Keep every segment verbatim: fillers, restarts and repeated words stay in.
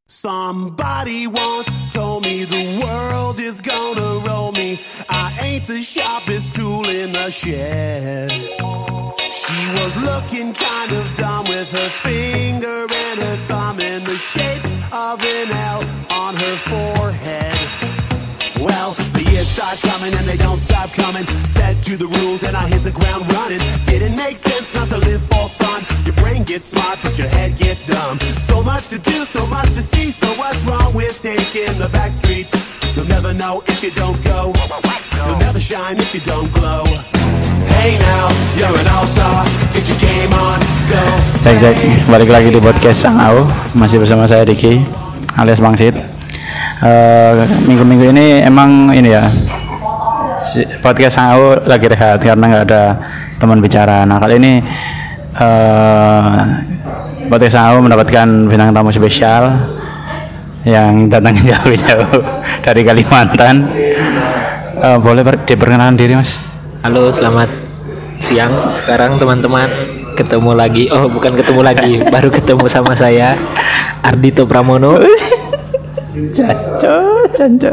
Somebody once told me the world is gonna roll me. I ain't the sharpest tool in the shed. She was looking kind of dumb with her finger and her thumb in the shape of an L on her forehead. Well, the years start coming and they don't stop coming. Fed to the rules and I hit the ground running. Didn't make sense not to live for fun. Your brain gets smart but your head gets dumb. So much to do, so much to see. So what's wrong with taking the back streets? You'll never know if you don't go. You'll never shine if you don't glow. Hey now, you're an all-star. Get your game on, go. Cek cek, balik lagi di podcast Sangau. Masih bersama saya Diki alias Bangsit. Uh, minggu-minggu ini emang ini ya si podcast Sangau lagi rehat karena nggak ada teman bicara. Nah kali ini uh, podcast Sangau mendapatkan bintang tamu spesial yang datang jauh-jauh dari Kalimantan. Uh, boleh diperkenalkan diri, Mas? Halo, selamat siang. Sekarang teman-teman ketemu lagi. Oh, bukan ketemu lagi, baru ketemu sama saya Ardito Pramono. Caco, caco.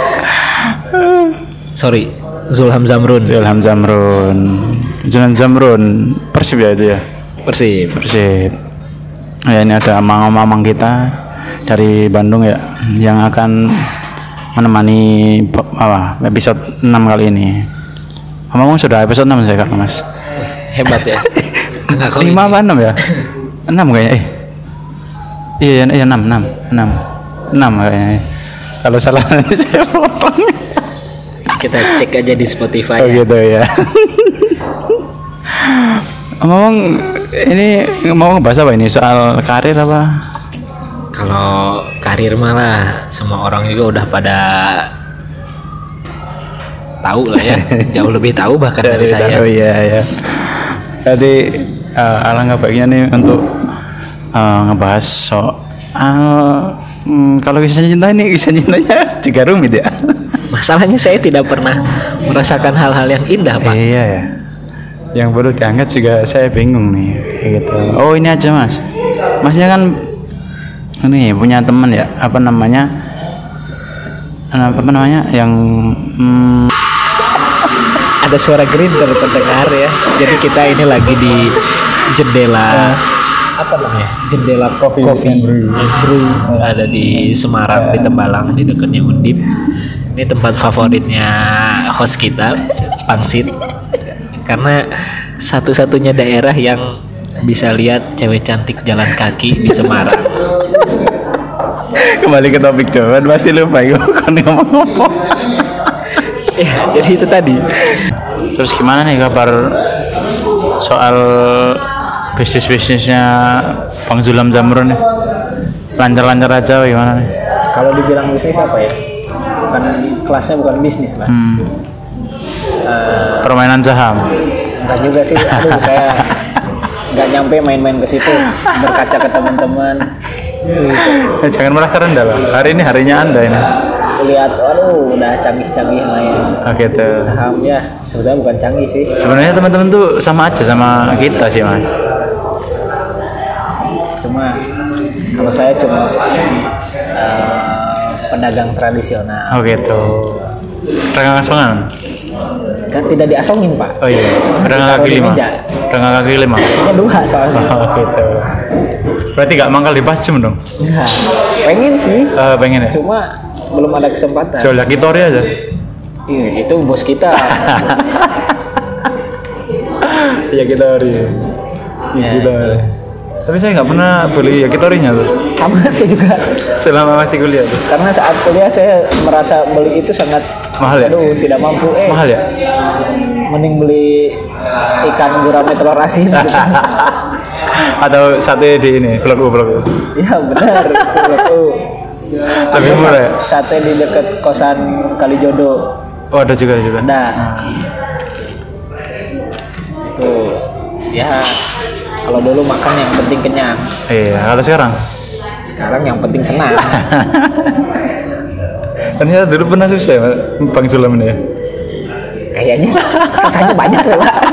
Sorry, Zulham Zamrun. Zulham Zamrun. Zulham Zamrun. Persib ya itu ya. Persib. Persib. Ya ini ada mamang-mamang kita dari Bandung ya yang akan menemani apa episode enam kali ini. Ngomong sudah episode enam saya kan Mas. Hebat ya. lima apa enam ya? enam kayaknya eh. Iya, iya enam, enam, enam. enam kayaknya. Kalau salah nanti saya potong. Kita cek aja di Spotify. Oh ya. Gitu ya. Ngomong ini mau ngebahas apa ini? Soal karir apa? Kalau karir malah semua orang juga udah pada tahu lah ya, jauh lebih tahu bahkan dari saya. Oh iya ya. Jadi uh, alangkah baiknya nih untuk uh, ngebahas soal um, kalau kisah cinta ini kisah cintanya juga rumit ya. Masalahnya saya tidak pernah merasakan hal-hal yang indah, Pak. Iya ya. Yang baru diangkat juga saya bingung nih kayak gitu. Oh ini aja Mas. Masnya kan ini punya teman ya, apa namanya? Apa namanya? Yang hmm, ada suara grinder terdengar ya. Jadi kita ini lagi di jendela apa namanya? Jendela Coffee, Coffee and Brew. Brew. Ada di Semarang di Tembalang di dekatnya Undip. Ini tempat favoritnya host kita, Pangsit. Karena satu-satunya daerah yang bisa lihat cewek cantik jalan kaki di Semarang. Kembali ke topik coba, pasti lupa gue kan ngomong-ngomong. Ya, jadi itu tadi. Terus gimana nih kabar soal bisnis-bisnisnya Bang Zulham Zamrun nih? Lancar-lancar aja gimana nih? Kalau dibilang bisnis apa ya? Bukan kelasnya bukan bisnis lah. Hmm. Uh, Permainan saham. Entah juga sih. Aduh, saya nggak nyampe main-main ke situ, berkaca ke teman-teman. Gitu. Jangan merasa rendah lah. Hari ini harinya Anda ini. Lihat, aduh, udah canggih-canggih main. Oh gitu. Saham ya, sebetulnya bukan canggih sih. Sebenarnya teman-teman tuh sama aja sama kita sih Mas. Cuma kalau saya cuma uh, pedagang tradisional. Oh gitu. Pedagang asongan? Kan tidak diasongin Pak. Oh iya. Pedagang kaki lima. Pedagang kaki lima. Ini dua soalnya. Oh gitu. Berarti gak mangkal di Pasjem dong? Enggak. Pengen sih. Uh, pengen ya? Cuma belum ada kesempatan. Jual yakitori aja. Iya, itu bos kita. Yakitori. Yakitori. Tapi saya nggak pernah beli yakitorinya tuh. Sama saya juga. Selama masih kuliah tuh. Karena saat kuliah saya merasa beli itu sangat mahal ya. Aduh, tidak mampu. Eh. Mahal ya. Mending beli ikan gurame telur asin. Gitu. Atau sate di ini, Blok U, Blok U. Iya benar, Blok U. Lebih murah ya? Sate di dekat kosan Kalijodo. Oh ada juga juga. Nah, hmm. Itu ya kalau dulu makan yang penting kenyang. Iya, kalau sekarang? Sekarang yang penting senang. Ternyata dulu pernah susah ya, Bang Zulham ini ya? Kayaknya susahnya banyak ya Pak.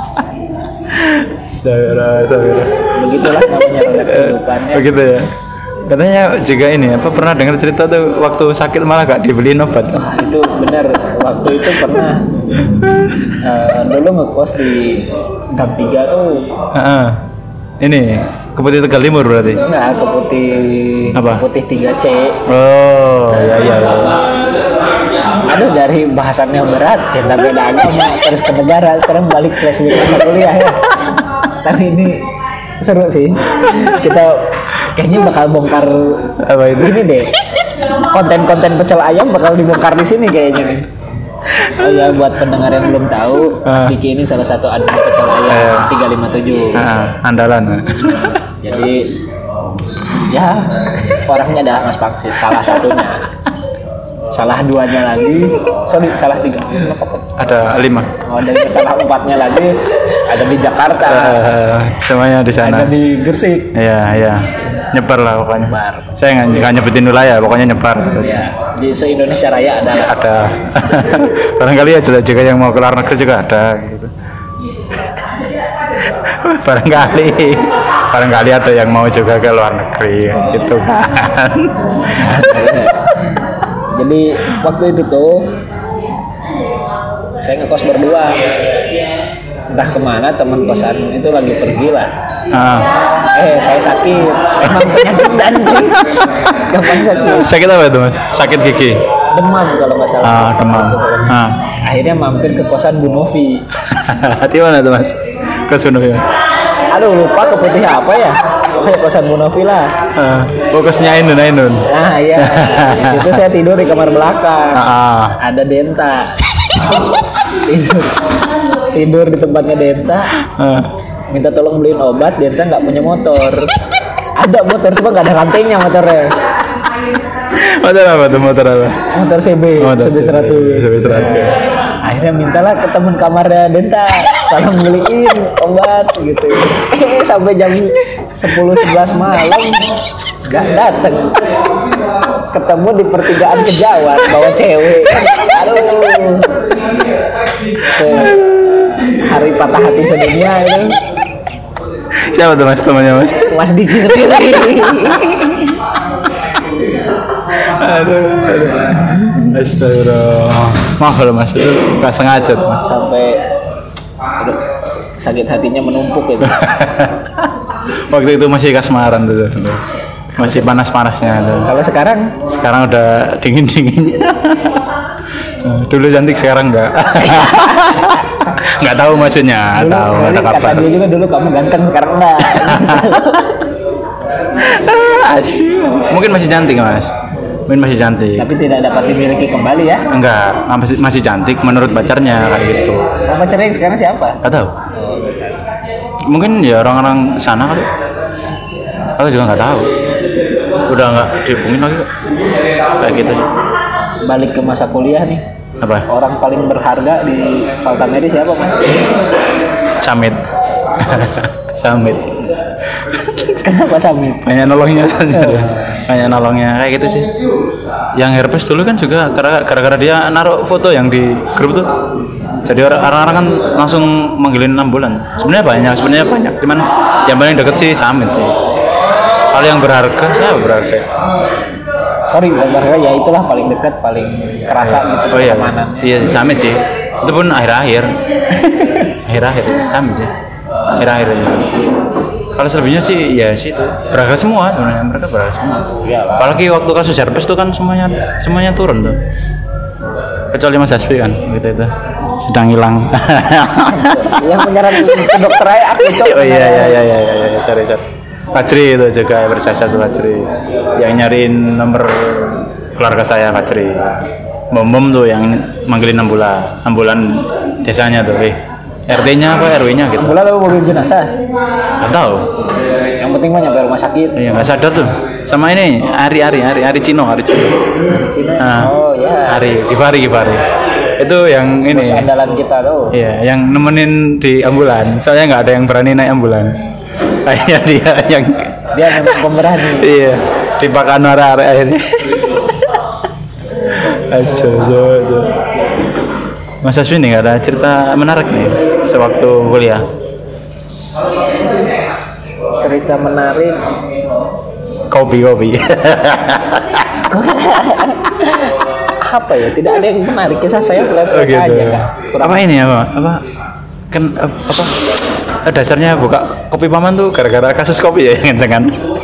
Astagfirullah, astagfirullah. Begitulah namanya roda kehidupannya. Begitu ya. Katanya juga ini apa pernah dengar cerita tuh waktu sakit malah gak dibeliin obat. Wah, itu benar. Waktu itu pernah uh, dulu ngekos di Gang tiga tuh. Heeh. Ini Keputih Tegal Timur berarti. Enggak, Keputih apa? Keputih tiga C. Oh, ya ya. ya. Aduh, dari bahasan yang berat, cinta beda agama, terus ke negara, sekarang balik flashback masa kuliah ya. Tapi ini seru sih. Kita kayaknya bakal bongkar apa itu? Ini deh. Konten-konten pecel ayam bakal dibongkar di sini kayaknya nih. Oh ya, buat pendengar yang belum tahu, Mas Diki ini salah satu admin pecel ayam tiga lima tujuh. Uh, andalan. Jadi ya orangnya adalah Mas Pangsit, salah satunya. Salah duanya lagi, sorry salah tiga. Ada lima. Oh, ada salah empatnya lagi. Ada di Jakarta. Uh, semuanya di sana. Ada di Gresik. Iya iya. Nyebar lah pokoknya. Nyebar. Saya nggak nggak nyebutin wilayah, pokoknya nyebar. Ya, di se-Indonesia Raya ada. Ada. Barangkali ya juga yang mau keluar negeri juga ada. Gitu. Barangkali, barangkali ada yang mau juga ke luar negeri, gitu kan. Jadi waktu itu tuh saya ngekos berdua, entah kemana teman kosan itu lagi pergi lah. Ah. Eh saya sakit, emang penyakit dan sih, gampang sakit. Sakit apa itu mas? Sakit gigi? Demam kalau nggak salah. Ah demam. Ah. Akhirnya mampir ke kosan Bu Novi. Di mana tuh mas? Kosan Bu Novi mas? Aduh lupa Keputih apa ya? Kayak kosan Bu Novi lah. Uh, fokusnya Ainun Ainun. Nah iya. Itu saya tidur di kamar belakang. Ah, ah. Ada Denta. tidur, tidur di tempatnya Denta. Uh. Minta tolong beliin obat. Denta nggak punya motor. Ada motor cuma nggak ada rantainya motornya. Motor apa tuh motor apa? Motor C B, motor C B seratus. C B seratus. Akhirnya mintalah ke teman kamarnya Denta, tolong beliin obat gitu. Eh sampai jam sepuluh sebelas malam nggak dateng. Ketemu di pertigaan Kejawat bawa cewek. Aduh. Hari patah hati sedunia itu. Siapa tuh mas temannya mas? Mas Diki sendiri. Aduh, aduh. Astagfirullah. Maaf loh mas, itu nggak sengaja tuh mas. Sampai aduh, sakit hatinya menumpuk itu. Waktu itu masih kasmaran tuh, masih panas-panasnya tuh. Kalau sekarang? Sekarang udah dingin-dinginnya. Dulu cantik, sekarang enggak. Nggak tahu maksudnya, Dulu, tahu ada kabar. Kata dia juga dulu kamu ganteng, sekarang enggak. Asyik. Mungkin masih cantik mas. Mungkin masih cantik. Tapi tidak dapat dimiliki kembali ya? Enggak, masih masih cantik menurut pacarnya kayak gitu. Nah, pacarnya sekarang siapa? Nggak tahu. Mungkin ya orang-orang sana kali. Aku juga nggak tahu. Udah nggak dihubungin lagi kok. Kayak gitu sih. Balik ke masa kuliah nih. Apa? Orang paling berharga di Valtamedi siapa mas? Samit. Samit. Kenapa Samit? Banyak nolongnya. Banyak nolongnya kayak gitu sih. Yang herpes dulu kan juga gara-gara dia naruh foto yang di grup tuh. Jadi orang-orang kan langsung manggilin ambulan. Sebenarnya banyak, sebenarnya banyak. Cuman yang paling deket sih Samit sih. Kalau yang berharga siapa berharga? Sorry, berharga ya itulah paling dekat, paling kerasa gitu oh, iya. keamanannya. Iya, Samit sih. Itu pun akhir-akhir. akhir-akhir Samit sih. Akhir-akhir aja. Kalau selebihnya sih ya sih itu berharga semua sebenarnya, mereka berharga semua. Iyalah. Apalagi waktu kasus herpes tuh kan semuanya semuanya turun tuh. Kecuali Mas Hasbi kan gitu itu sedang hilang. Yang menyerang ke dokter aja aku coba. Oh iya iya iya iya iya sorry sorry. Fajri itu juga berjasa tuh Fajri yang nyariin nomor keluarga saya Fajri. Mom-mom tuh yang manggilin ambulan ambulan desanya tuh eh R T-nya apa R W-nya gitu. Ambulan lalu mobil jenazah. Nggak tahu. Yang penting mah nyampe rumah sakit. Iya nggak sadar tuh. Sama ini Ari Ari Ari Ari Cino Ari Cino. Ari Cino. Nah, oh ya. Ari Givari Givari. Itu yang ini. Bos andalan kita tuh. Iya, yang nemenin di ambulan. Soalnya nggak ada yang berani naik ambulan. Kayaknya dia yang dia memang pemberani. Iya, di pakan arek akhirnya. Aduh, aduh, aduh. Mas Aswin nih nggak ada cerita menarik nih sewaktu kuliah. Cerita menarik. Kopi kopi. Apa ya? Tidak ada yang menarik, kisah saya flat Oh, gitu. aja Kak. Kurang Apa ini apa? Apa? Kan apa? Eh, dasarnya buka kopi paman tuh gara-gara kasus kopi ya, jangan.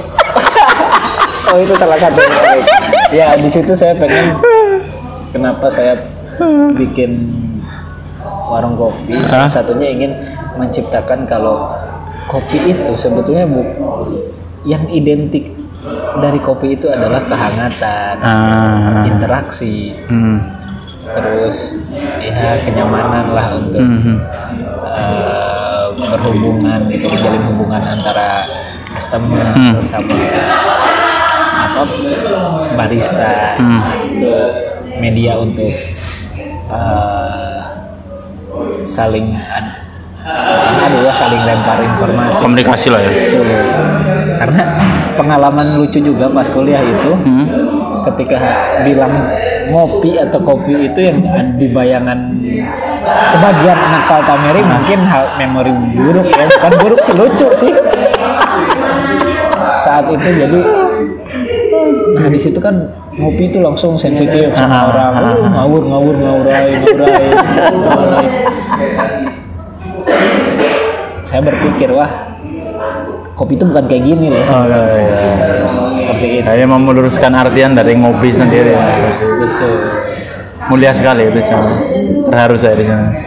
Oh itu salah satu. Ya di situ saya pengen kenapa saya bikin warung kopi. Salah satunya ingin menciptakan kalau kopi itu sebetulnya bu, yang identik dari kopi itu adalah kehangatan, Ah. interaksi, Hmm. terus ya kenyamanan lah untuk Hmm. uh, berhubungan, itu menjalin hubungan antara customer Hmm. sama apa barista. Hmm. Itu media untuk uh, saling aduh ya saling lempar informasi, Komunikasi lah ya. itu karena pengalaman lucu juga pas kuliah itu. Hmm. Ketika bilang ngopi atau kopi itu yang di bayangan sebagian anak Valtameri mungkin hal memori buruk ya, bukan buruk sih, lucu sih saat itu. Jadi nah di situ kan ngopi itu langsung sensitif sama orang, uh, ngawur ngawur ngawurai ngawurai ngawurai. Saya berpikir wah kopi itu bukan kayak gini loh. Oh, iya, iya. Seperti itu. Saya mau meluruskan artian dari ngopi sendiri. Betul. Mulia sekali itu, Cang. Terharu saya di sana.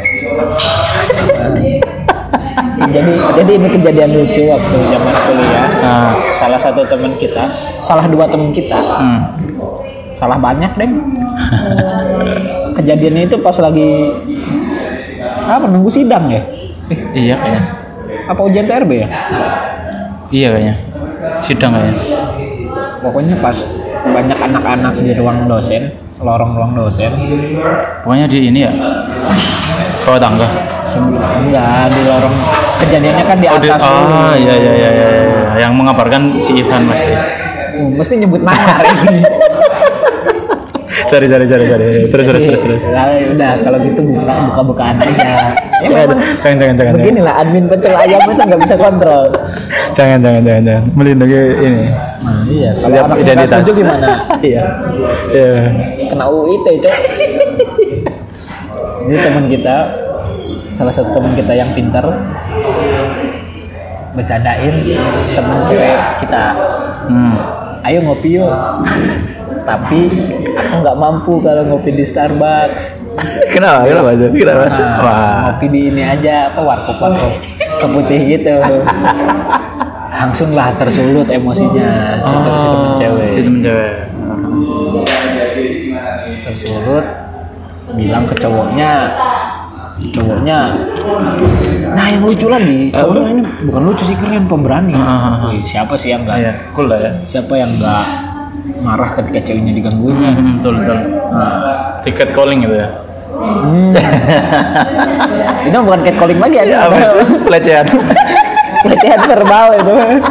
Jadi jadi ini kejadian lucu waktu zaman kuliah. Ah. Salah satu teman kita, salah dua teman kita, Hmm. salah banyak deh. Kejadiannya itu pas lagi apa nunggu sidang ya? Eh, Iya kayaknya. apa ujian T R B ya? Iya kayaknya. Sidang kayaknya. Pokoknya pas banyak anak-anak di ruang dosen, lorong-lorong dosen. Pokoknya di ini ya. Bawah tangga. Sebelum enggak di lorong, kejadiannya kan di Oh, di- atas dulu. ah, iya iya iya iya. iya. Yang mengabarkan si Ivan pasti. Uh, mesti nyebut nama hari ini. Sorry sorry sorry sorry. Terus terus terus terus. Nah, udah kalau gitu buka buka bukaan aja. Ya, Jangan memang jangan jangan jangan. beginilah admin pecel ayam itu nggak bisa kontrol. Jangan jangan jangan jangan. Melindungi ini. Nah iya. Kalau Setiap anaknya nggak identitas. setuju gimana? Iya. Iya. Kena U I T cok. Ini teman kita, salah satu teman kita yang pintar, bercandain teman cewek kita. Hmm. Ayo ngopi yuk. Tapi aku nggak mampu kalau ngopi di Starbucks. Kenapa? Kenapa tuh? Kenapa? Nah, Wah. ngopi di ini aja apa warkop warkop keputih gitu. Langsung lah tersulut emosinya si, Oh, si temen cewek. Si temen cewek. Tersulut bilang ke cowoknya, cowoknya. Nah yang lucu lagi, cowoknya ini bukan lucu sih, keren, pemberani. Ah. Wih, siapa sih yang nggak? Iya, cool lah ya. Siapa yang nggak marah ketika ceweknya digangguin? Hmm, betul betul. Tiket calling gitu ya. Hmm. Itu bukan catcalling lagi ya, Apa? Pelecehan. pelecehan verbal itu.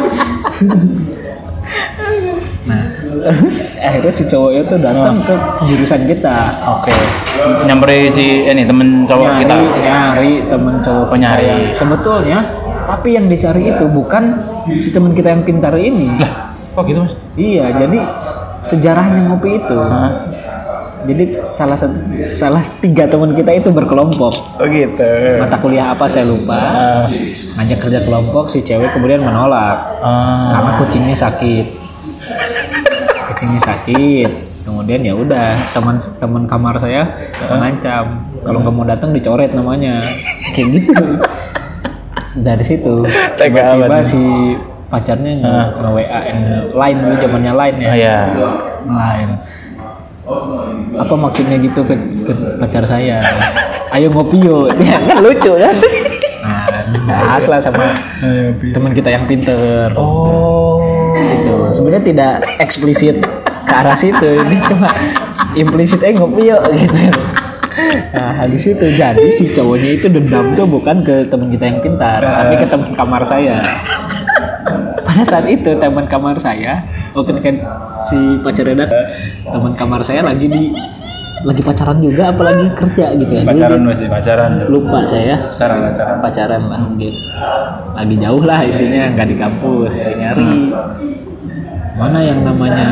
Nah, akhirnya si cowoknya tuh datang ke jurusan kita. Oke. Nyamperin si ini temen cowok Nyari, kita. nyari temen cowok Penyari. kita. Sebetulnya, tapi yang dicari itu bukan si teman kita yang pintar ini. Kok gitu, Mas? Iya, jadi sejarahnya ngopi itu. Hah? Jadi salah satu salah tiga teman kita itu berkelompok. Oh gitu. Mata kuliah apa saya lupa. Ngajak kerja kelompok, si cewek kemudian menolak Ah. karena kucingnya sakit. Kucingnya sakit. Kemudian ya udah teman-teman kamar saya mengancam kalau nggak mau datang dicoret namanya. Kayak gitu. Dari situ Tega tiba-tiba amat. si pacarnya nge-W A line dulu zamannya line ya. Ah, iya. Line. Apa maksudnya gitu ke, ke pacar saya? Ayo ngopi yuk. Ya, kan lucu kan? Nah, bahas lah sama teman kita yang pinter. Oh. Itu sebenarnya tidak eksplisit ke arah situ, ini cuma implisit eh ngopi yuk gitu. Nah habis itu jadi si cowoknya itu dendam tuh bukan ke teman kita yang pintar, tapi ke teman kamar saya. Pada saat itu teman kamar saya, waktu kan si pacarnya datang, teman kamar saya lagi di lagi pacaran juga, apalagi kerja gitu ya. Pacaran Dulu mesti pacaran. dia- lupa saya. Pacaran pacaran. Pacaran lah mungkin. Lagi jauh lah intinya, nggak di kampus, lagi nyari. mana yang namanya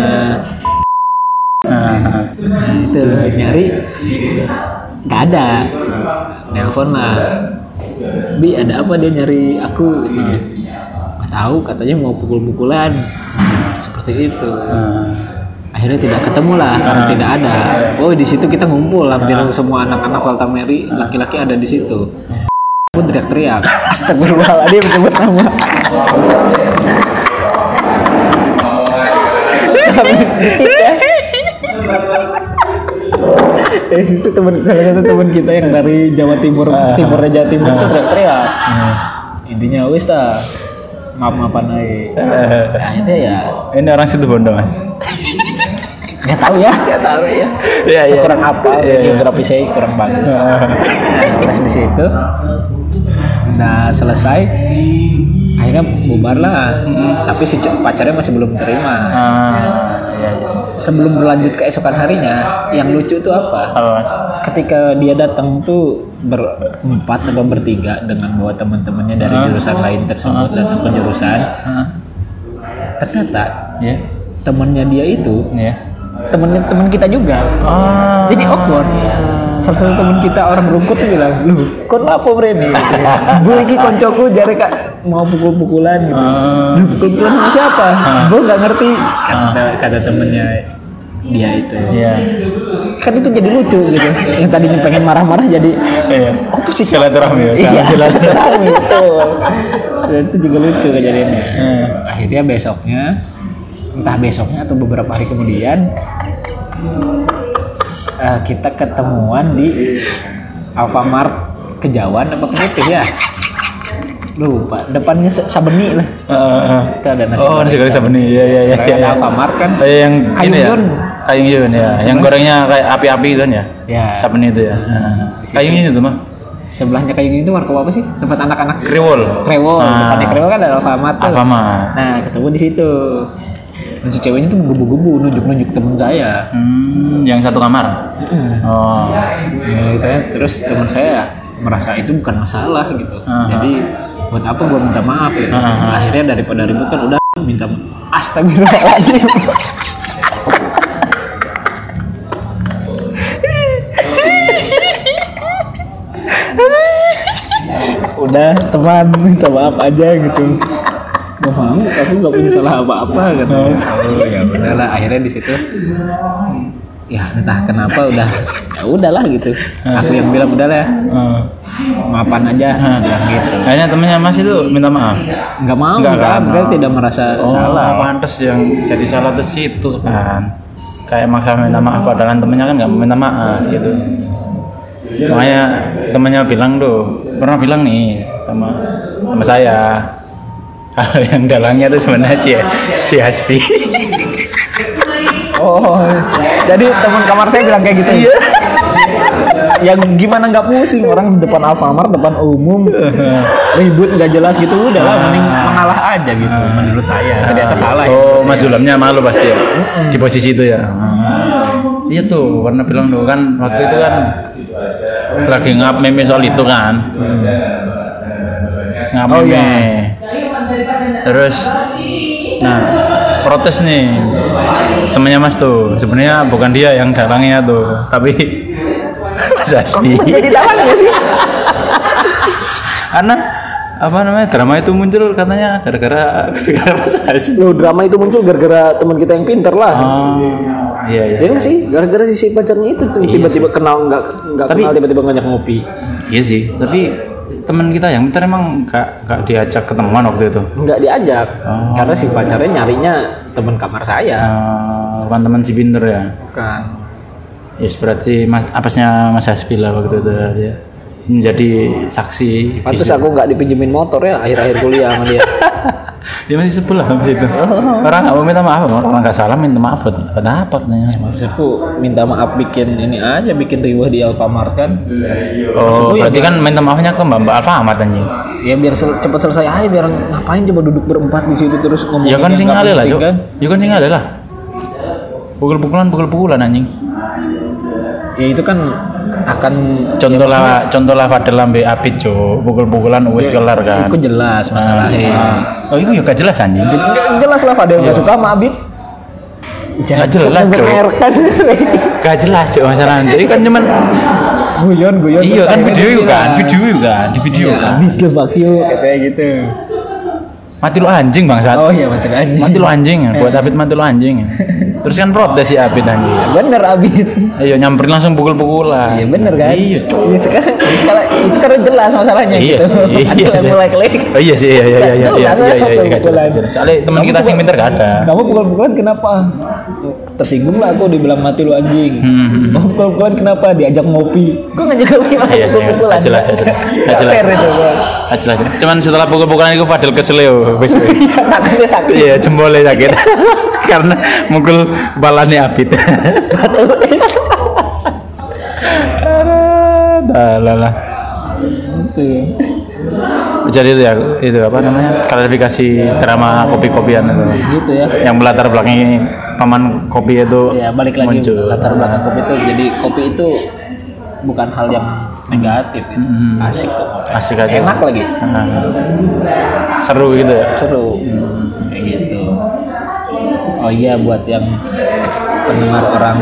Nah, itu nyari nggak ada, nelpon lah, Bi ada apa, dia nyari aku gitu. Nggak tahu, katanya mau pukul-pukulan, seperti itu. Akhirnya tidak ketemu lah karena tidak ada. Oh di situ kita ngumpul, hampir semua anak-anak Waltameri laki-laki ada di situ. Pun teriak-teriak, astagfirullahaladzim sebut nama. Eh itu teman, salah satu teman kita yang dari Jawa Timur, timurnya Jawa Timur itu teriak-teriak. Intinya wis ta, maaf-maafan aja. Akhirnya ya. Ini orang situ Bondo mas. Nggak tahu ya, nggak tahu ya. Ya, ya. Kurang apa, ya, geografi saya kurang bagus. Nah, terus di situ, udah selesai, akhirnya bubar lah. Hmm. Tapi si pacarnya masih belum terima. Ah, ya, ya. Sebelum berlanjut keesokan harinya, yang lucu itu apa? Apa mas? Ketika dia datang tuh berempat atau bertiga dengan bawa teman-temannya dari uh, jurusan lain tersebut uh, datang ke jurusan. Uh, ternyata, yeah. temannya dia itu. Yeah. Temen temen kita juga, oh. Jadi awkward. Salah satu temen kita orang rungkut tuh bilang, lu kon apa Breni? Bu iki koncoku jare kak mau pukul-pukulan gitu. Uh. Lu pukul-pukulan sama siapa? Uh. Gue nggak ngerti. Kata, uh. kata temennya dia itu. Yeah. Kan itu jadi lucu gitu. Yang tadinya pengen marah-marah jadi yeah. Oh sih silaturahmi. Iya silaturahmi betul. Itu juga lucu kejadiannya. Uh. Akhirnya besoknya. Entah besoknya atau beberapa hari kemudian uh, kita ketemuan di Alfamart Kejauhan apa Putih ya, lupa depannya Sabeni lah. Uh, uh. Itu ada nasi oh nasi goreng Sabeni ya ya ya, ya, ya. Alfamart kan oh, yang Kayung ya? Yun Kayung Yun ya Sabeni. Yang gorengnya kayak api-api kan ya, ya. Sabeni itu ya. Uh. Kayung Yun itu mah sebelahnya Kayung Yun itu warkop apa sih, tempat anak-anak Krewol Krewol uh. depannya Krewol kan ada Alfamart tuh. Alfamart. Nah ketemu di situ. Dan si ceweknya tuh menggebu-gebu nunjuk-nunjuk temen saya. Hmm, yang satu kamar. Hmm. Oh. Ya, gitu ya. Terus teman saya merasa itu bukan masalah gitu. Uh-huh. Jadi buat apa gue minta maaf gitu. Uh-huh. Akhirnya daripada ribut kan udah minta astagfirullahaladzim. Udah teman minta maaf aja gitu. Gak mau, aku nggak punya salah apa-apa kan. Oh ya udahlah, akhirnya di situ ya entah kenapa udah ya udahlah gitu. Aku yang bilang udahlah ya, maafan aja, bilang gitu. Akhirnya temennya Mas itu minta maaf. Nggak mau, nggak kan? Dia tidak merasa oh, salah. Pantes yang jadi salah tuh situ kan. Kayak maksa minta maaf padahal temennya kan nggak mau minta maaf gitu. Makanya temennya bilang tuh, pernah bilang nih sama sama saya. Kalau yang dalangnya tuh sebenarnya si, si Hasbi. Oh, jadi teman kamar saya bilang kayak gitu. Iya. Yang gimana nggak pusing orang di depan Alfamart, depan umum, ribut nggak jelas gitu, udah lah, mending mengalah aja gitu. Menurut saya, tidak ada salah. Oh, Mas Zulamnya malu pasti ya, di posisi itu ya. Iya tuh, karena bilang tuh kan waktu itu kan lagi ngap meme soal itu kan. Ngap meme. Oh, iya. Terus, nah protes nih temannya Mas tuh, sebenarnya bukan dia yang dalangnya tuh, tapi Mas Hasbi. Kok jadi dalangnya sih? Karena apa namanya drama itu muncul katanya gara-gara gara-gara Mas Hasbi. Loh, drama itu muncul gara-gara teman kita yang pinter lah. Oh, iya iya. Ya nggak sih, gara-gara si pacarnya itu tuh tiba-tiba iya kenal nggak nggak kenal tiba-tiba ngajak ngopi. Iya sih, tapi teman kita yang bentar emang gak, gak diajak ketemuan waktu itu? Nggak diajak, oh. Karena si pacarnya nyarinya teman kamar saya. Uh, bukan teman si pinter ya? Bukan. Yes, berarti mas, apesnya Mas Hasbi lah waktu itu ya. Menjadi saksi. Pantes aku nggak dipinjemin motor ya akhir-akhir kuliah sama dia. Dia masih sebelah habis itu. Oh. Orang nggak mau minta maaf, orang nggak salah minta maaf buat apa? Maksudku minta maaf bikin ini aja, bikin riwah di Alfamart kan. Oh, berarti ya, kan minta maafnya ke Mbak Mbak Alfamart anjing. Ya biar sel- cepat selesai aja, biar ngapain coba duduk berempat di situ terus ngomong. Ya kan sing ngale lah, Jo. Ya kan sing ngale lah. Pukul-pukulan, pukul-pukulan anjing. Ya itu kan akan contoh lah, ya, contoh lah pada lambe apit Jo, pukul-pukulan wis ya, kelar kan. Itu jelas masalahnya. Ah, oh itu ya gak jelas anjing. Jelas lah Fadel nggak suka sama Abid. Gak jelas, Cuk. Gak jelas, Cuk, masalahnya. Jadi kan cuman guyon guyon. iya kan video kan, video kan, di video kan. Video fuck you katanya gitu. Mati lu anjing bangsat. Oh iya mati lu anjing. Mati lu anjing. Buat Abid mati lu anjing. Terus kan protes si Abid anjing. Bener Abid. Iya nyamperin langsung pukul-pukulan. Iya bener kan? Iya, Cuk. Iya sekarang itu kan jelas masalahnya iya gitu. Sih, iya sih. Mulai klik. Oh iya sih, iya iya iya iya iya iya iya jelas. Soalnya teman kita sing pinter gak ada. Kamu pukul-pukulan kenapa? Tersinggung lah aku dibilang mati lu anjing. Hmm. Mau pukul-pukulan kenapa? Diajak ngopi. Gue ngajak ngopi lah. Iya sih. Pukul-pukulan. Jelas jelas. Jelas. Fair itu, Bos. Jelas. Cuman setelah pukul-pukulan itu Fadil kesel yo, wis. Tangannya sakit. Iya, jempolnya sakit. Karena mukul kepalanya Abid. Dah lah lah. Jadi itu ya, itu apa namanya? Klarifikasi drama kopi-kopian itu. Gitu ya. Yang melatar belakangi paman kopi itu. Ya balik lagi muncul. latar belakang kopi itu. Jadi kopi itu bukan hal yang negatif gitu. Hmm. Asik kok. Asik aja. Enak lagi. Nah, seru gitu ya. Seru. Hmm, kayak gitu. Oh iya buat yang pendengar orang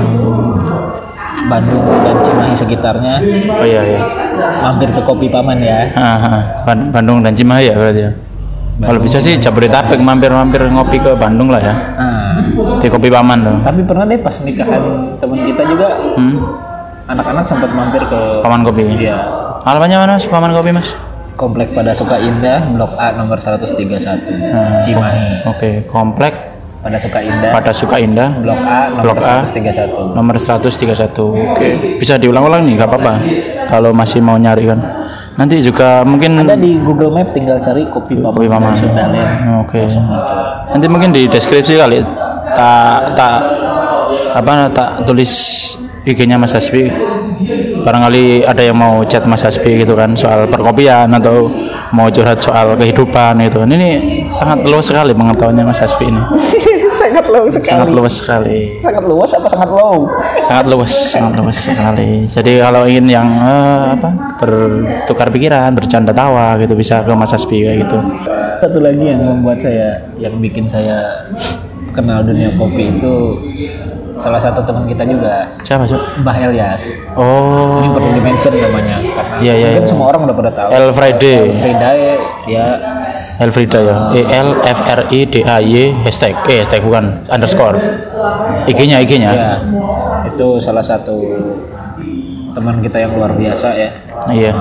Bandung dan Cimahi sekitarnya. Oh iya iya. Mampir ke Kopi Paman ya. Ah, Bandung dan Cimahi ya berarti ya. Kalau bisa sih Jabodetabek mampir-mampir ngopi ke Bandung lah ya. Ah. Di Kopi Paman tuh. Tapi pernah deh pas nikahan teman kita juga. Hmm. Anak-anak sempat mampir ke Paman Kopi. Iya. Alamatnya mana Mas? Paman Kopi Mas? Komplek pada Suka Indah, Blok A nomor seratus tiga puluh satu, Hmm. Cimahi. Oke, komplek Pada Suka Indah, pada Suka Indah. Blok A nomor Blok A. seratus tiga puluh satu. Nomor seratus tiga puluh satu. Oke. Bisa diulang-ulang nih, gak apa-apa. Kalau masih mau nyari kan. Nanti juga mungkin Ada di Google Map tinggal cari Kopi Paman, Kopi Paman. Sundalen. Oke. Nanti mungkin di deskripsi kali tak tak apa tak tulis I G-nya Mas Hasbi. Barangkali ada yang mau chat Mas Hasbi gitu kan soal perkopian atau mau curhat soal kehidupan gitu. Ini sangat luas sekali pengetahuannya Mas Hasbi ini. Sangat luas sekali. Sangat luas sekali. Sangat luas apa sangat low? Sangat luas, sangat luas sekali. Jadi kalau ingin yang eh, apa bertukar pikiran, bercanda tawa gitu bisa ke Mas Hasbi kayak gitu. Satu lagi yang membuat saya, yang bikin saya kenal dunia kopi itu salah satu teman kita juga. Siapa, Cuk? Mbah Elias. Oh. Ini perlu di-mention namanya karena Iya, iya, mungkin iya. semua orang udah pada tahu. El Friday. El Friday dia Elfrida ya. E L F R I D A Y hashtag eh hashtag bukan underscore. I G-nya I G-nya. ya itu salah satu teman kita yang luar biasa ya. Iya.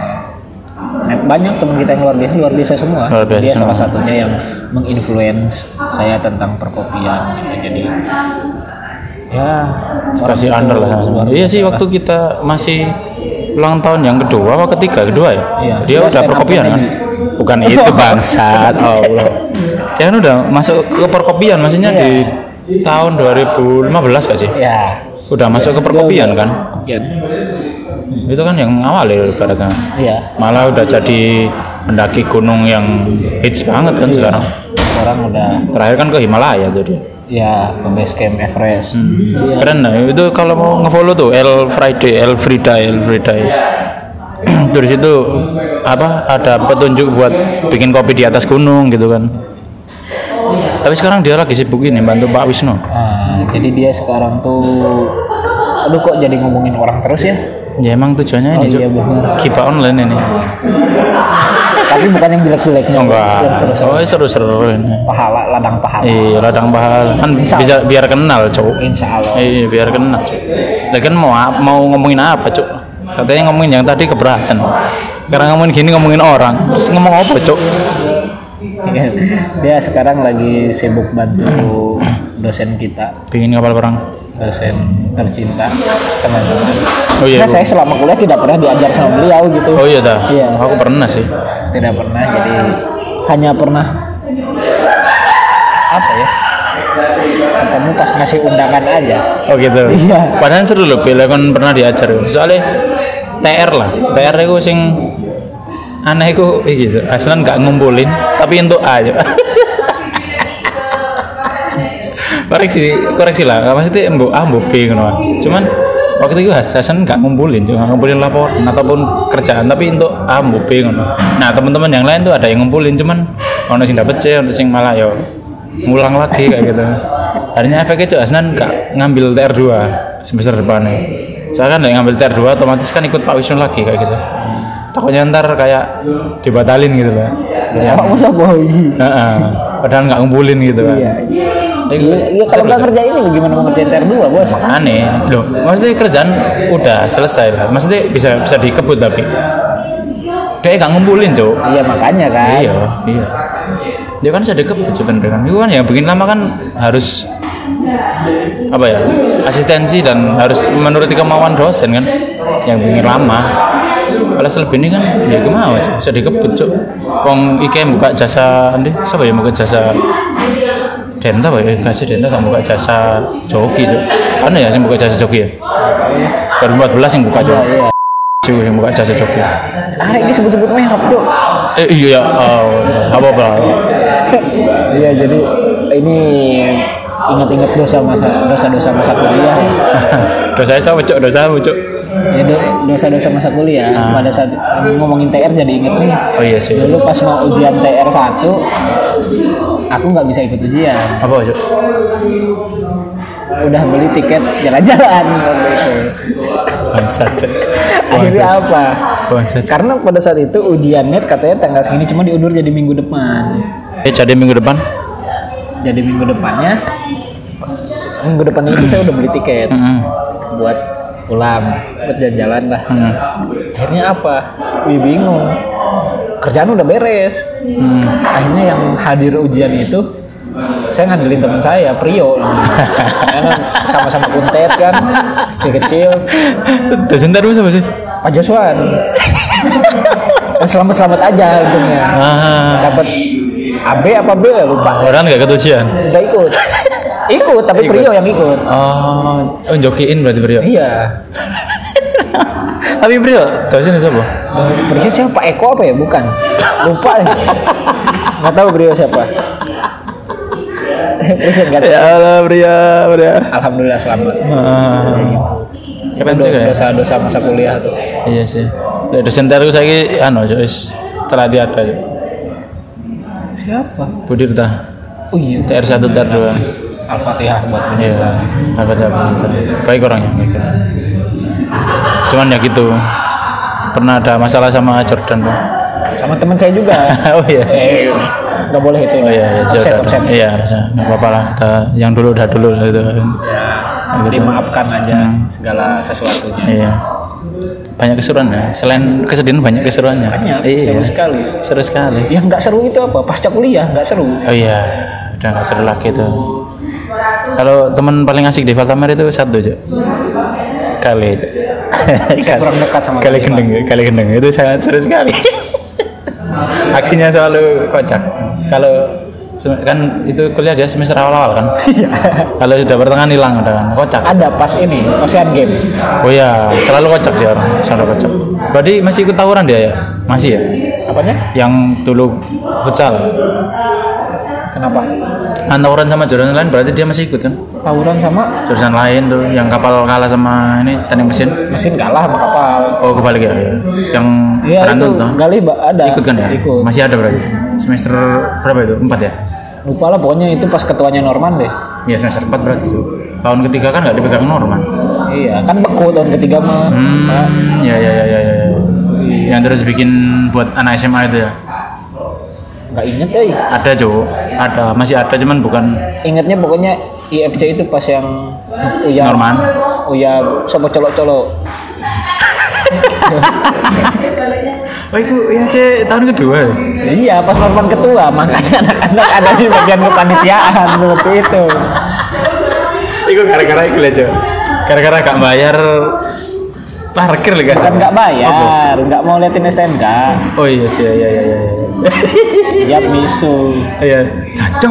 Eh, banyak teman kita yang luar biasa, luar biasa semua. Luar biasa dia semua. salah satunya yang menginfluence saya tentang perkopian gitu. Jadi ya Kasih orang under itu lah. luar Iya biasa sih lah. waktu kita masih ulang tahun yang kedua apa ketiga kedua ya. Iya. Dia Dia udah stand up perkopian kan? comedy. Bukan itu bangsat. Allah. Dia kan udah masuk ke perkopian maksudnya Iya. di tahun dua ribu lima belas gak sih? Ya. Udah masuk ke perkopian kan? Iya. Itu kan yang awal ya ibaratnya. Iya. Malah udah jadi pendaki gunung yang hits banget kan sekarang. Sekarang udah Terakhir kan ke Himalaya tuh dia. ya ke base camp Everest. Iya. Keren lah. Itu kalau mau ngefollow tuh El Friday, El Frida, El Friday. Terus itu apa? Ada petunjuk buat bikin kopi di atas gunung gitu kan. Tapi sekarang dia lagi sibuk ini bantu Pak Wisnu. Nah, jadi dia sekarang tuh aduh kok jadi ngomongin orang terus ya? Ya emang tujuannya Oh ini iya, Cuk. benar. Kipa online ini. Tapi bukan yang jelek-jeleknya. Oh enggak. Yang seru-seru. Oh seru-seru ini. Pahala, ladang pahala. Iya, ladang pahala kan Insya bisa biar kenal, Cuk. Insya Allah. Iya, biar kenal, Cuk. Lah kan mau ap- mau ngomongin apa, Cuk? Katanya ngomongin yang tadi keberatan. Sekarang ngomongin gini ngomongin orang. Terus ngomong apa, Cuk? Dia sekarang lagi sibuk bantu dosen kita, Bikin kapal perang. dosen tercinta teman-teman. Oh iya. Nah, saya selama kuliah tidak pernah diajar sama beliau gitu. Oh iya dah. Iya. Aku pernah sih. Tidak pernah, jadi hanya pernah apa ya? Ketemu pas ngasih undangan aja. Oh gitu. Iya. Padahal seru loh, bila kan pernah diajar. Soalnya T R lah. T R itu sing aneh iku iki aslan gak ngumpulin, tapi untuk A aja. koreksi koreksi lah, maksudnya mbok A mbok B ngono. Cuman waktu itu Hasan gak ngumpulin, cuma ngumpulin laporan ataupun kerjaan, tapi untuk A mbok B ngono. Nah teman-teman yang lain tuh ada yang ngumpulin, cuman ono sing dapet C, ono sing malah yo ngulang lagi kayak gitu. Akhirnya efeknya Cuk Hasnan gak ngambil T R dua semester depannya. Soalnya kan ngambil T R dua otomatis kan ikut Pak Wisnu lagi kayak gitu. Takutnya ntar kayak dibatalin gitu lah. Ya, Pak masa boy. Heeh. Padahal nggak ngumpulin gitu kan. Iya. Iya kalau nggak ngerjain ini gimana mau ngerjain T R dua bos? Aneh, loh. Maksudnya kerjaan udah selesai lah. Maksudnya bisa bisa dikebut tapi dia nggak ngumpulin Cuk. Iya makanya kan. Iya, iya. Dia kan bisa dikebut sebenarnya kan. Itu kan ya bikin lama kan harus apa ya asistensi dan harus menuruti kemauan dosen kan yang bikin lama. Kalau selebihnya kan ya gimana sih bisa dikebut Cuk. Wong I K M buka jasa nanti siapa ya buka jasa Denta apa ya kasih Denta kan buka jasa joki Cuk. Kan ya sih buka jasa joki ya dua ribu empat belas yang buka Cuk. Cuk yang buka jasa joki. Ah ini sebut-sebut merek Cuk. Eh iya oh, apa apa. Iya jadi ini ingat-ingat dosa masa dosa-dosa masa kuliah. Dosa saya Cuk, dosa Cuk. Ya do, dosa-dosa masa kuliah. Ah. Pada saat ngomongin T R jadi inget nih. Oh iya sih. Dulu pas mau ujian T R satu aku nggak bisa ikut ujian. Apa Cuk? Udah beli tiket jalan-jalan gitu. Bangsat Cuk. Akhirnya apa? Bangsat. Karena pada saat itu ujian net katanya tanggal segini cuma diundur jadi minggu depan. Eh jadi minggu depan? Jadi minggu depannya minggu depannya itu saya udah beli tiket mm-hmm. buat pulang, buat jalan-jalan lah. Mm. Akhirnya apa? Wih bingung. Kerjaan udah beres. Mm. Akhirnya yang hadir ujian itu saya ngandelin teman saya, Prio. Karena sama-sama kuntet kan, kecil-kecil. Dosen taruh siapa sih? Pak Joswan. Selamat-selamat aja untungnya. Ah. Dapat A B apa B lupa. Orang nggak ikut ujian? Nggak ikut. Ikut tapi ikut. Prio yang ikut. Oh, oh jokiin berarti Prio. Iya. Tapi Prio, dosennya siapa? Prio siapa? Pak Eko apa ya? Bukan. Lupa. Nggak tahu Prio siapa. Ya Allah Prio, Prio. Alhamdulillah selamat. Ah. Keren juga ya. Dosa-dosa masa kuliah tuh. Iya sih. Dosen terus saya anu Jois telah diada. Siapa? Budirta. Oh iya. T R satu T R dua. Al-Fatihah buat Iya. Al-Fatihah Budirta. Baik orangnya. Cuman ya gitu. Pernah ada masalah sama Jordan tuh. Sama teman saya juga. Oh iya. Eh, nggak boleh itu. Oh iya, iya absen, absen. Iya, nggak apa-apa lah. Yang dulu udah dulu gitu. Ya, gitu. Dimaafkan aja hmm. segala sesuatunya. Iya. Banyak keseruan ya. Selain kesedihan banyak keseruannya. Banyak. Iya. Seru sekali. Seru sekali. Yang nggak seru itu apa? Pasca kuliah nggak seru. Oh iya, udah nggak seru lagi tuh. Kalau teman paling asik di Valtamer itu satu aja. Kali. Saya kurang dekat sama kali gendeng, kali gendeng itu sangat seru sekali. Aksinya selalu kocak. Kalau kan itu kuliah dia semester awal-awal kan. Kalau sudah pertengahan hilang udah kan kocak. Ada pas ini Ocean Game. Oh iya, selalu kocak dia orang, selalu kocak. Berarti masih ikut tawuran dia ya? Masih ya? Apanya? Yang dulu futsal. Kenapa? Kan tawuran sama jurusan lain berarti dia masih ikut kan? Tawuran sama Jurusan lain tuh, yang kapal kalah sama ini teknik mesin. mesin kalah sama kapal. Oh kebalik ya? Yang Iya itu tuh. Galih ada. Ikut kan ya? Ikut. Masih ada berarti. Semester berapa itu? Empat ya? Lupa lah pokoknya itu pas ketuanya Norman deh. Iya semester empat berarti tuh. Tahun ketiga kan nggak dipegang Norman. Iya kan beku tahun ketiga mah. Hmm, ya ya ya ya ya. Yang terus bikin buat anak S M A itu ya? Nggak inget deh. Ada Jo, ada masih ada cuman bukan. Ingatnya pokoknya I F C itu pas yang Uya Norman. Uya sopo colok-colok. Oh itu I F C tahun kedua. Iya pas Norman ketua makanya anak-anak ada di bagian kepanitiaan seperti itu. Itu gara-gara itu aja. Gara-gara gak bayar parkir lagi Kan nggak bayar, nggak mau liatin S T N K. Oh iya sih, iya iya iya. Iya misu. Iya, cacok.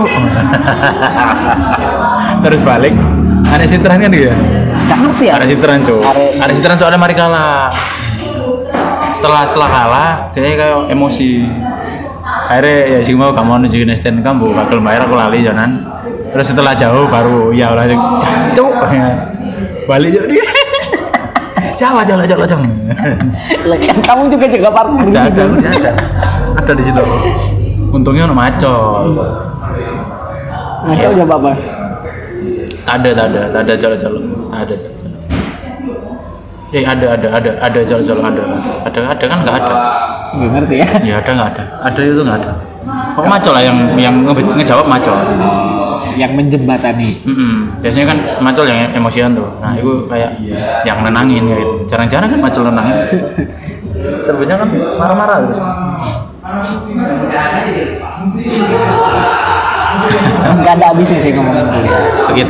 Terus balik. Ada sinteran kan dia? Nggak ngerti ya? Ada sinteran cok. Are- Ada sinteran soalnya mari kalah. Setelah setelah kalah, dia kayak emosi. Akhirnya ya sih mau kamu nunjukin S T N K, bu, bakal bayar aku lali jalan. Terus setelah jauh baru ya ulah cacok. Balik jadi. Siapa jalan jalan jalan. Kan kamu juga jaga parkir di Ada, situ. ada, ada, ada di situ. Untungnya ono macol. Macam Ya. coba apa? Tak ada, tak ada, tak ada calo-calo, tak ada calo-calo. Eh ada, ada, ada, ada calo-calo, ada, ada, ada kan nggak ada. Nggak ngerti ya? Ya ada nggak ada, ada itu nggak ada. Kok macol lah yang yang nge- ngejawab macol. Yang menjembatani. Mm-mm. Biasanya kan macol yang emosian tuh. Nah itu kayak yang nenangin gitu. Jarang-jarang kan macol nenangin. Sebenarnya kan marah-marah terus. Nggak ada habisnya sih ngomongin kuliah. Begitu.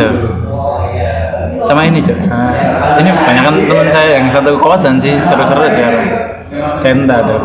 Sama ini cok. Sama ini banyak kan teman saya yang satu kosan sih seru-seru sih. Centa tuh.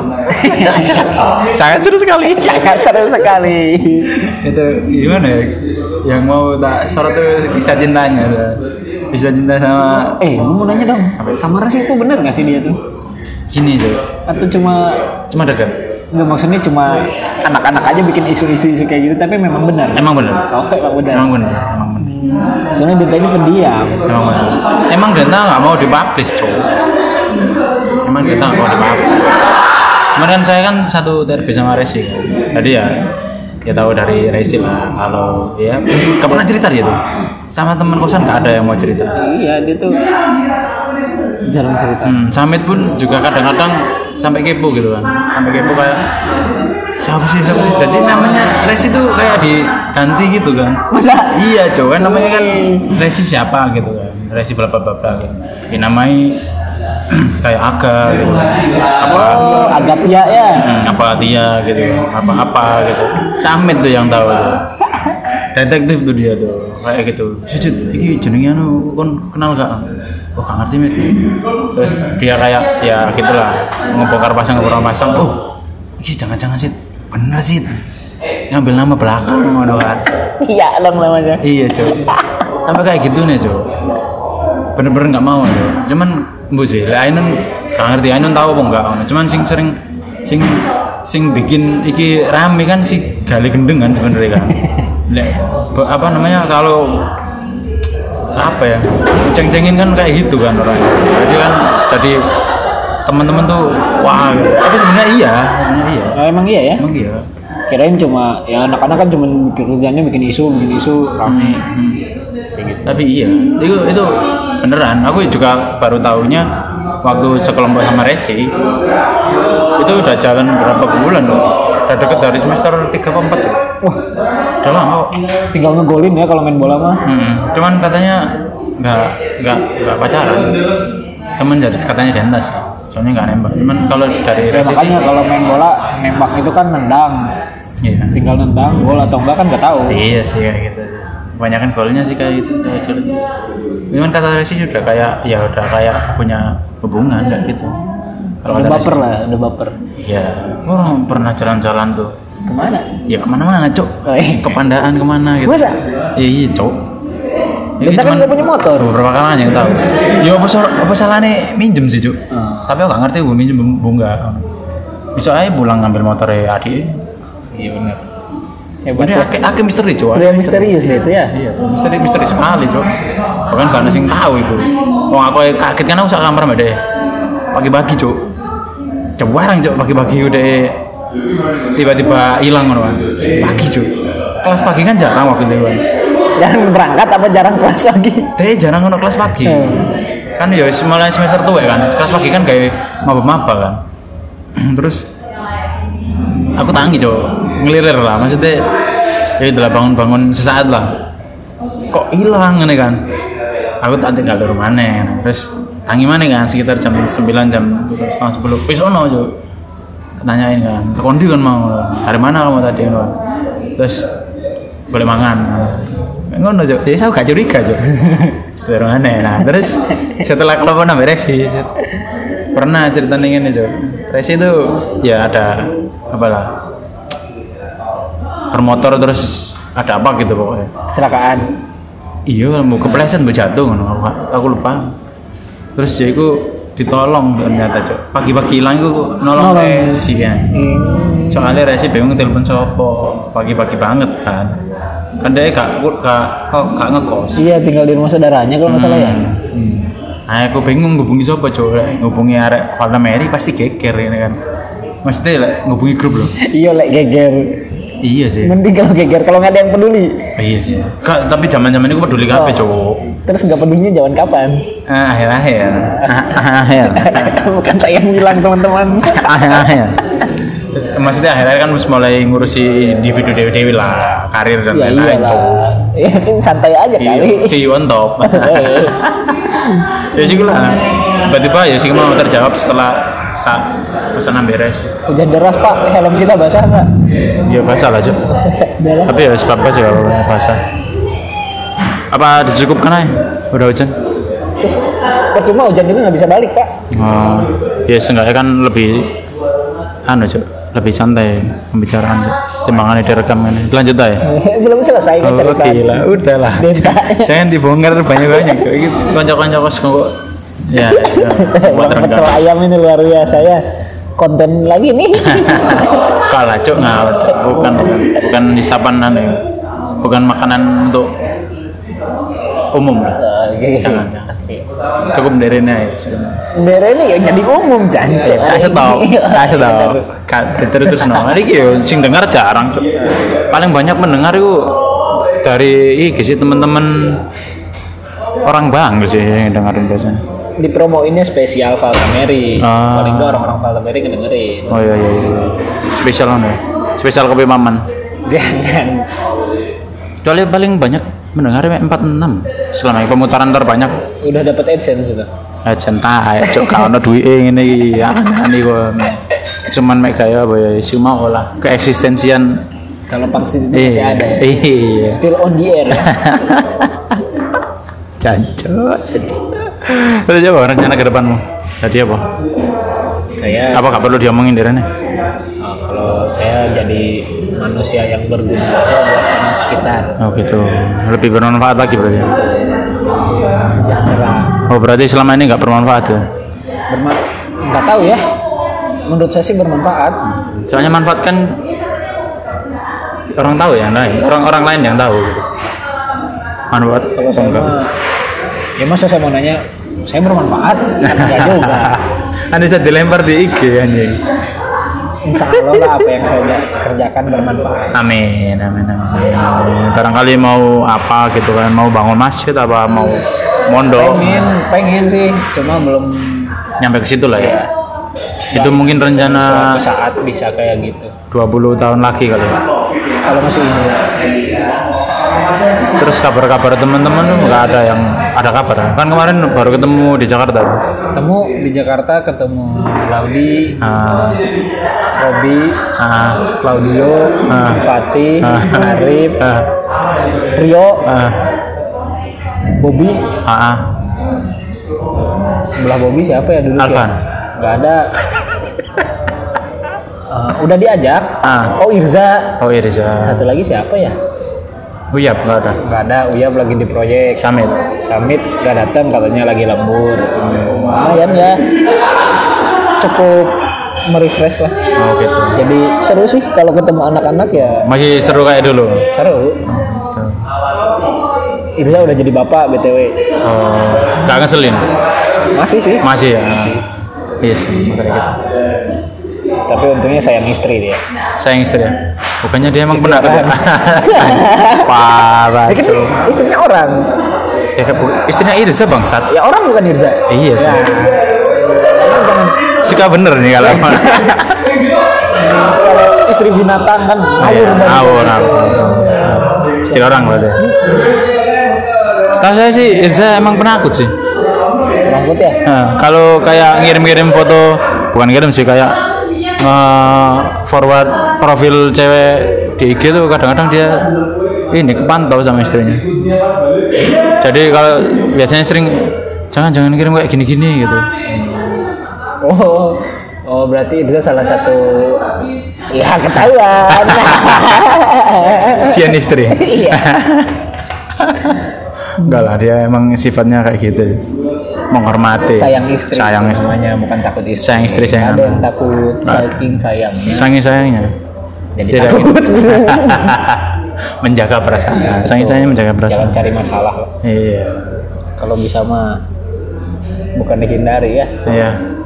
Sangat seru sekali. Sangat seru sekali. Itu gimana ya? Yang mau tak sorot tuh kisah cintanya tuh. Kisah cinta sama. Eh, gue mau nanya dong. Sama Resi itu bener nggak sih dia tuh? Gini tuh. Atau cuma Cuma dekat. nggak maksudnya cuma anak-anak aja bikin isu-isu isu kayak gitu tapi memang benar. Emang benar. Oke, emang benar. Emang benar. Emang benar. Soalnya Denta ini pendiam. Emang benar. Emang Denta nggak mau dipublish cowok. Emang Denta nggak mau dipublish. Kemarin saya kan satu T R B sama Resi kan. Jadi ya ya tahu dari Resi lah kalau ya nggak pernah cerita dia tuh. Sama teman kosan nggak ada yang mau cerita. Iya, dia tuh jarang cerita. Hmm, Samit pun juga kadang-kadang sampai kepo gitu kan. Sampai kepo kayak siapa sih siapa sih. Jadi namanya Resi tuh kayak diganti gitu kan. Masa? Iya cowok kan namanya kan Resi siapa gitu kan. Resi bla bla bla bla gitu. Dinamai kayak Aga gitu. Apa Oh, Agatia ya. hmm, apa dia gitu. Apa-apa gitu. Samit tuh yang tahu tuh. Detektif tuh dia tuh kayak gitu. Sujud iki jenenge anu kon kenal gak? Oh gak ngerti mit. Terus dia kayak ya gitulah ngebongkar pasang ngebongkar pasang. Oh iki jangan-jangan sih bener sih ngambil nama belakang ngono kan. Iya, long namanya. Iya cowok. Sampai kayak gitu nih cowok. Bener-bener nggak mau cowok. Cuman bu sih, Ainun gak ngerti Ainun tahu apa enggak. Cuman sing sering sing sing bikin iki rame kan si Gali Gendeng kan sebenarnya kan. Lek apa namanya kalau apa ya ceng-cengin kan kayak gitu kan orang. Jadi kan jadi teman-teman tuh wah. Tapi sebenarnya iya, sebenarnya iya. Oh, emang iya ya? Emang iya. Kirain cuma ya anak-anak kan cuma kerjanya bikin isu, bikin isu rame. Hmm. Gitu. Tapi iya, itu itu beneran. Aku juga baru tahunya waktu sekelompok sama Resi itu udah jalan berapa bulan loh. Udah deket dari semester tiga atau empat loh. Wah, udah lama kok. tinggal ngegolin ya kalau main bola mah. Hmm. Cuman katanya nggak nggak nggak pacaran. Cuman jadi katanya jantas. Soalnya nggak nembak. Cuman kalau dari Ya, Resi makanya sih, kalau main bola nembak itu kan nendang. iya. Tinggal nendang gol atau enggak kan nggak tahu. Iya sih kayak gitu sih. Kebanyakan golnya sih kayak gitu kayak gitu. Cuman kata Resi sudah kayak ya udah kayak punya hubungan kayak gitu. Kalau Udah kata baper Resi, lah, udah baper. iya, orang pernah jalan-jalan tuh. Kemana? Ya kemana-mana cok. Oh, iya. Ke Pandaan kemana gitu. Masa? Iya iya cok. Denta kan nggak punya motor. Beberapa kali yang tahu. Ya apa salah apa salahnya minjem sih cok. Hmm. Tapi aku nggak ngerti gue minjem bunga. Bisa aja pulang ngambil motornya adik. Iya benar. Hebat Ini ya. akeh akeh misteri cok. Pria misterius deh itu ya. Iya, misteri misteri sekali cok. Bahkan gak ada yang tahu itu. Wong aku kaget kan aku sak kamar mbak deh. Pagi-pagi cok. Coba barang cok pagi-pagi udah tiba-tiba hilang ngono kan. Pagi cok. Kelas pagi kan jarang waktu itu kan. Jarang berangkat apa jarang kelas lagi? Deh jarang ngono kelas pagi. Kan ya mulai semester tua kan. Kelas pagi kan kayak maba-maba kan. Terus aku tangi cok ngelirir lah maksudnya ya itulah bangun-bangun sesaat lah kok hilang ini kan aku tak tinggal di rumah nih terus tangi mana kan sekitar jam sembilan jam setengah sepuluh wis ono cok tanyain kan kondi kan mau hari mana kamu tadi kan terus boleh mangan ngono cok jadi saya gak curiga cok setelah aneh nah terus setelah kelompok nambah Resi pernah cerita nih ini cok Resi itu ya ada apalah bermotor terus ada apa gitu pokoknya Kecelakaan. iya mau kepleset mau jatuh ngono aku, aku lupa terus ya aku ditolong ternyata cok pagi-pagi hilang aku nolong Resi kan soalnya Resi bingung telepon sopo pagi-pagi banget kan kan dia gak gak gak ngekos Iya, tinggal di rumah saudaranya kalau nggak salah ya. hmm. Nah, aku bingung ngubungi siapa cok ngubungi arek warna merah pasti geger ini kan maksudnya like, ngubungi grup loh Iya, lek geger. Iya sih. Mending kalau geger kalau nggak ada yang peduli. Iya sih. Ka, tapi zaman-zaman itu peduli Oh. kabeh, Cuk. Terus nggak pedulinya zaman kapan? Ah, akhir-akhir. Akhir. Bukan saya yang bilang teman-teman. Akhir-akhir. Terus, maksudnya akhir-akhir kan harus mulai ngurusi individu dewi-dewi lah, karir dan Ya lain-lain, Cuk. iyalah. Ya kan santai aja kali. Iya, see you on top. Ya sih lah. Tiba-tiba ya sih mau terjawab setelah sa pesanan beres. Hujan deras Pak, helm kita basah nggak? Ya basah lah, Cuk. Dalam. Tapi ya sebab sih kalau basah. Apa dicukupkan aja? Udah hujan. Terus percuma hujan ini nggak bisa balik Pak. Oh, ya seenggaknya kan lebih anu, Cuk, lebih santai pembicaraan timbangannya direkam ini. Lanjut aja. Belum selesai kan Oh, cerita. gila, udahlah. Dentanya. Jangan dibongkar banyak-banyak. Cuk. Iki kanca-kanca kos kok. Ya, ya. Buat Bang Petel renggang. ayam ini luar biasa ya. Konten lagi nih. Kalah, Cuk, ngawur. Cuk. Bukan bukan isapan anu. Bukan makanan untuk umum lah. Jangan, jangan. Cukup derene aja sebenarnya. Daerah ini ya jadi umum jancet. Kasih tau, kasih tau. Terus terus no. Ini yo sing dengar jarang, Cuk. Paling banyak mendengar itu dari I G sih teman-teman orang Bang sih yang dengerin biasanya. Dipromoinnya spesial Valtameri. Ah. Paling enggak orang-orang Valtameri ngedengerin. Oh iya iya iya. Spesial anu. ya. Spesial kopi Maman. Jangan. Soalnya paling banyak mendengar empat puluh enam selama ini pemutaran terbanyak. Udah dapat AdSense sudah. Eh cinta ya, Cuk, kalau duit ngene iki aneh kok. Cuman mek gaya apa ya sing mau lah keeksistensian. Kalau vaksin itu masih ada ya. Iya. Still on the air. Jancuk. Terus apa rencana ke depanmu? Tadi apa? Saya Apa gak perlu diomongin Direne? oh, kalau saya jadi manusia yang berguna aja buat orang sekitar. Oh gitu. Lebih bermanfaat lagi berarti. Sejahtera. Oh berarti selama ini nggak bermanfaat ya? Berma nggak tahu ya. Menurut saya sih bermanfaat. Soalnya manfaat kan orang tahu ya, lain. Orang-orang lain yang tahu gitu. Manfaat Kalau saya enggak. mah, ya masa saya mau nanya, saya bermanfaat? Enggak juga. Anda bisa dilempar di I G anjing. Insya Allah lah apa yang saya kerjakan bermanfaat. Amin, amin, amin. Barangkali mau apa gitu kan, mau bangun masjid apa mau mondok, Pengen, pengen sih, cuma belum nyampe ke situ lah ya. ya. Itu mungkin rencana suatu saat bisa kayak gitu. dua puluh tahun lagi kali ya. Kalau masih ini, Terus kabar-kabar teman-teman tuh nggak ada yang ada kabar. Kan kemarin baru ketemu di Jakarta. ketemu di Jakarta, ketemu Laudi, Ah, Robi, ah, Claudio, Ah. Fatih, Ah. Arif, ah, Trio, ah, Bobby. ah, ah. Sebelah Bobby siapa ya dulu? Alvan. Ya? Nggak ada. Eh, udah diajak. Ah. Oh Irza. Oh Irza. Satu lagi siapa ya? Uyap nggak ada. Nggak ada. Uyab lagi di proyek. Samit. Samit nggak datang, katanya lagi lembur. Lumayan ya. Cukup merefresh lah. Oh gitu. Jadi seru sih kalau ketemu anak-anak ya. Masih seru kayak dulu. Seru. Tuh. Irza udah jadi bapak B T W. Oh, nggak ngeselin. Masih sih. Masih ya. Iya sih. Makanya gitu. Tapi untungnya sayang istri dia. Sayang istri ya. Bukannya dia emang Istri benar ya? apaan? Parah Ya kan Cuk. istrinya orang. Ya kan bu- istrinya Irza bangsat. Ya orang bukan Irza. Iya sih. Ya. Jangan Suka bener nih kalau kalau istri binatang kan Iya, ngawur banget. ngawur, ngawur. Istri orang berarti. Setahu saya sih Irza emang penakut sih. Rambut ya. Nah, kalau kayak ngirim-ngirim foto, bukan ngirim sih kayak nge-forward profil cewek di I G tuh kadang-kadang dia ini kepantau sama istrinya. Jadi kalau biasanya sering jangan jangan kirim kayak gini-gini gitu. Oh, oh berarti itu salah satu ya ketahuan. Sian istri. Iya. Enggak lah, dia emang sifatnya kayak gitu. Menghormati. Sayang istri. Sayang istri. Namanya bukan takut istri. Sayang istri, sayang Ada anak. yang takut saking sayangnya. Sangi-sayangnya. Jadi Tidak takut. gitu. Menjaga perasaan. Sangi-sayangnya menjaga Jangan perasaan. cari masalah lah. Iya. Kalau bisa mah bukan dihindari ya. Iya.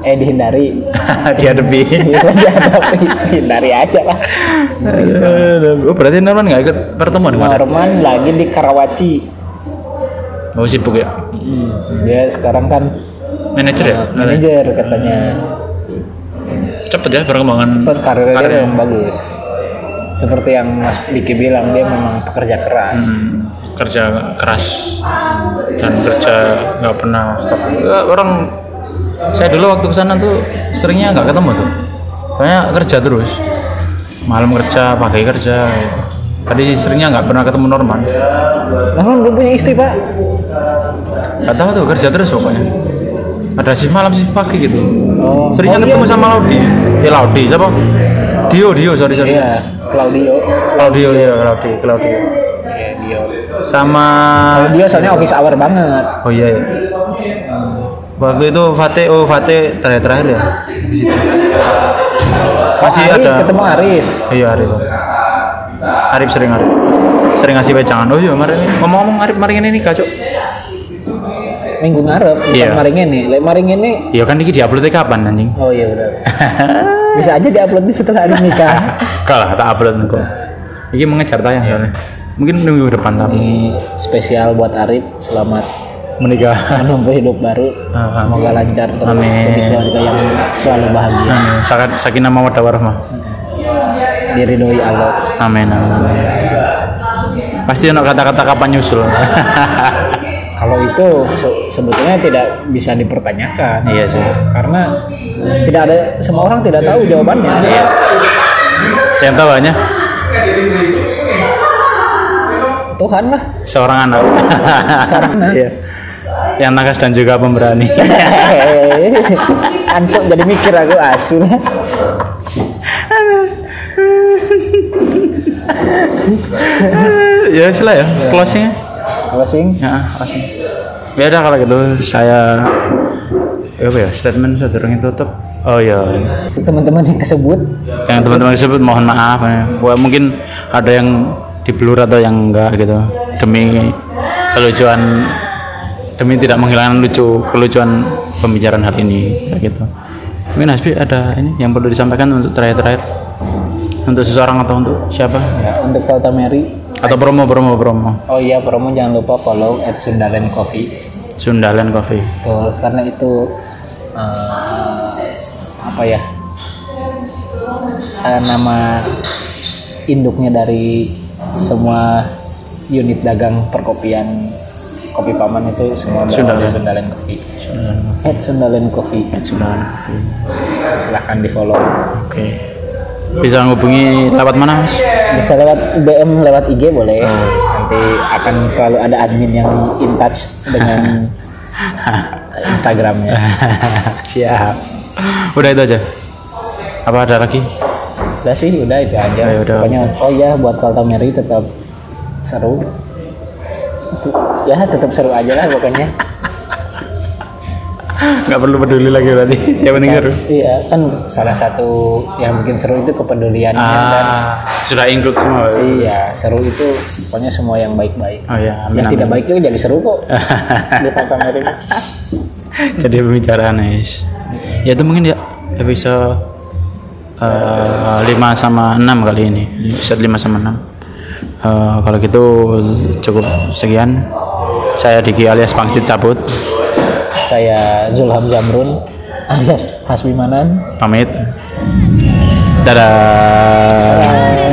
eh dihindari. Dihadapi. Dihadapi, hindari aja lah. Oh berarti Norman nggak ikut pertemuan kemarin? Norman lagi di Karawaci. Oh sibuk ya? Hmm, dia sekarang kan Manajer ya? manajer katanya. Cepet ya perkembangan. Cepet karirnya dia memang bagus. Seperti yang Mas Diki bilang, dia memang pekerja keras. Hmm, kerja keras dan kerja nggak pernah stop. Ya, orang saya dulu waktu kesana tuh seringnya nggak ketemu tuh. Banyak kerja terus. Malam kerja, pagi kerja. Gitu. Tadi seringnya nggak pernah ketemu Norman. Norman belum punya istri pak? Gak tahu tuh kerja terus pokoknya. Ada shift malam shift pagi gitu. Oh. Seringnya Oh, ketemu iya. sama Laudi. Ya Laudi siapa? Dio Dio sorry sorry. Iya, Claudio. Claudio ya Claudio Claudio. Iya, Dio. Sama Claudio soalnya office hour banget. oh iya ya. Waktu itu Fatih oh Fatih terakhir terakhir ya. Di situ. Masih Oh, Arif, ada. ketemu Arif. Iya Arif. Arif sering Arif. Sering ngasih wejangan. Oh iya kemarin ini ngomong-ngomong Arif kemarin ini kacau. Minggu ngarep, bukan Iya. maring ini. Lek maring ini. Iya kan ini diuploadnya kapan anjing? Oh iya benar. Bisa aja diupload di setelah ada nikah. Kalah tak upload kok. Ini mengejar tayang soalnya. Mungkin minggu depan tapi Ini spesial buat Arif, selamat menikah. menempuh hidup baru. Ah, Semoga lancar terus Amin. jadi keluarga yang selalu bahagia. Amin. Sakat sakinah mawaddah warahmah. Diridhoi Allah. Amin. Amin. Pasti ono kata-kata kapan nyusul. Kalau itu se- sebetulnya tidak bisa dipertanyakan. Iya sih. Karena tidak ada, semua orang tidak tahu jawabannya. Iya. Yang tahu hanya Tuhan lah. seorang anak. Seorang anak. Iya. Yang nakas dan juga pemberani. Ancuk jadi mikir aku asu. Ya sudah ya, closing. Closing. Ya, closing. Ya udah kalau gitu saya ya apa ya statement sedurunge tutup. Oh ya. Teman-teman yang kesebut. Yang teman-teman disebut mohon maaf ya. Wah, mungkin ada yang diblur atau yang enggak gitu. Demi kelucuan demi tidak menghilangkan lucu kelucuan pembicaraan hari ini kayak gitu. Mungkin Hasbi ada ini yang perlu disampaikan untuk terakhir-terakhir untuk seseorang atau untuk siapa Ya, untuk Kota Mary. atau promo promo promo Oh iya, promo jangan lupa follow at Sundalen Coffee. Sundalen Coffee. Betul, karena itu eh, apa ya? eh, nama induknya dari semua unit dagang perkopian Kopi Paman itu semua Sundalen. dari Sundalen Coffee. At Sundalen Coffee. Sundalen Coffee. Silahkan di follow. Oke. Bisa menghubungi lewat mana Mas? Bisa lewat D M, lewat I G boleh. Nanti akan selalu ada admin yang in touch dengan Instagramnya. Siap. Udah itu aja. Apa ada lagi? Udah sih, udah itu aja. Oh, ya udah. Pokoknya, oh ya buat Kalta Mary tetap seru. Ya tetap seru aja lah pokoknya. Nggak perlu peduli lagi berarti. Yang penting seru. Iya, kan salah satu yang bikin seru itu kepeduliannya dan Ah, sudah include semua. iya, seru itu pokoknya semua yang baik-baik. Oh ya, amin, Yang amin. tidak baik juga jadi seru kok. Di Kalta Mary. Jadi pembicaraan guys. Ya itu mungkin ya episode uh, lima sama enam kali ini. Episode lima sama enam. Uh, kalau gitu cukup sekian. Saya Diki alias Pangsit cabut. Saya Zulham Zamrun alias Hasbi Manan. Pamit. Dadah.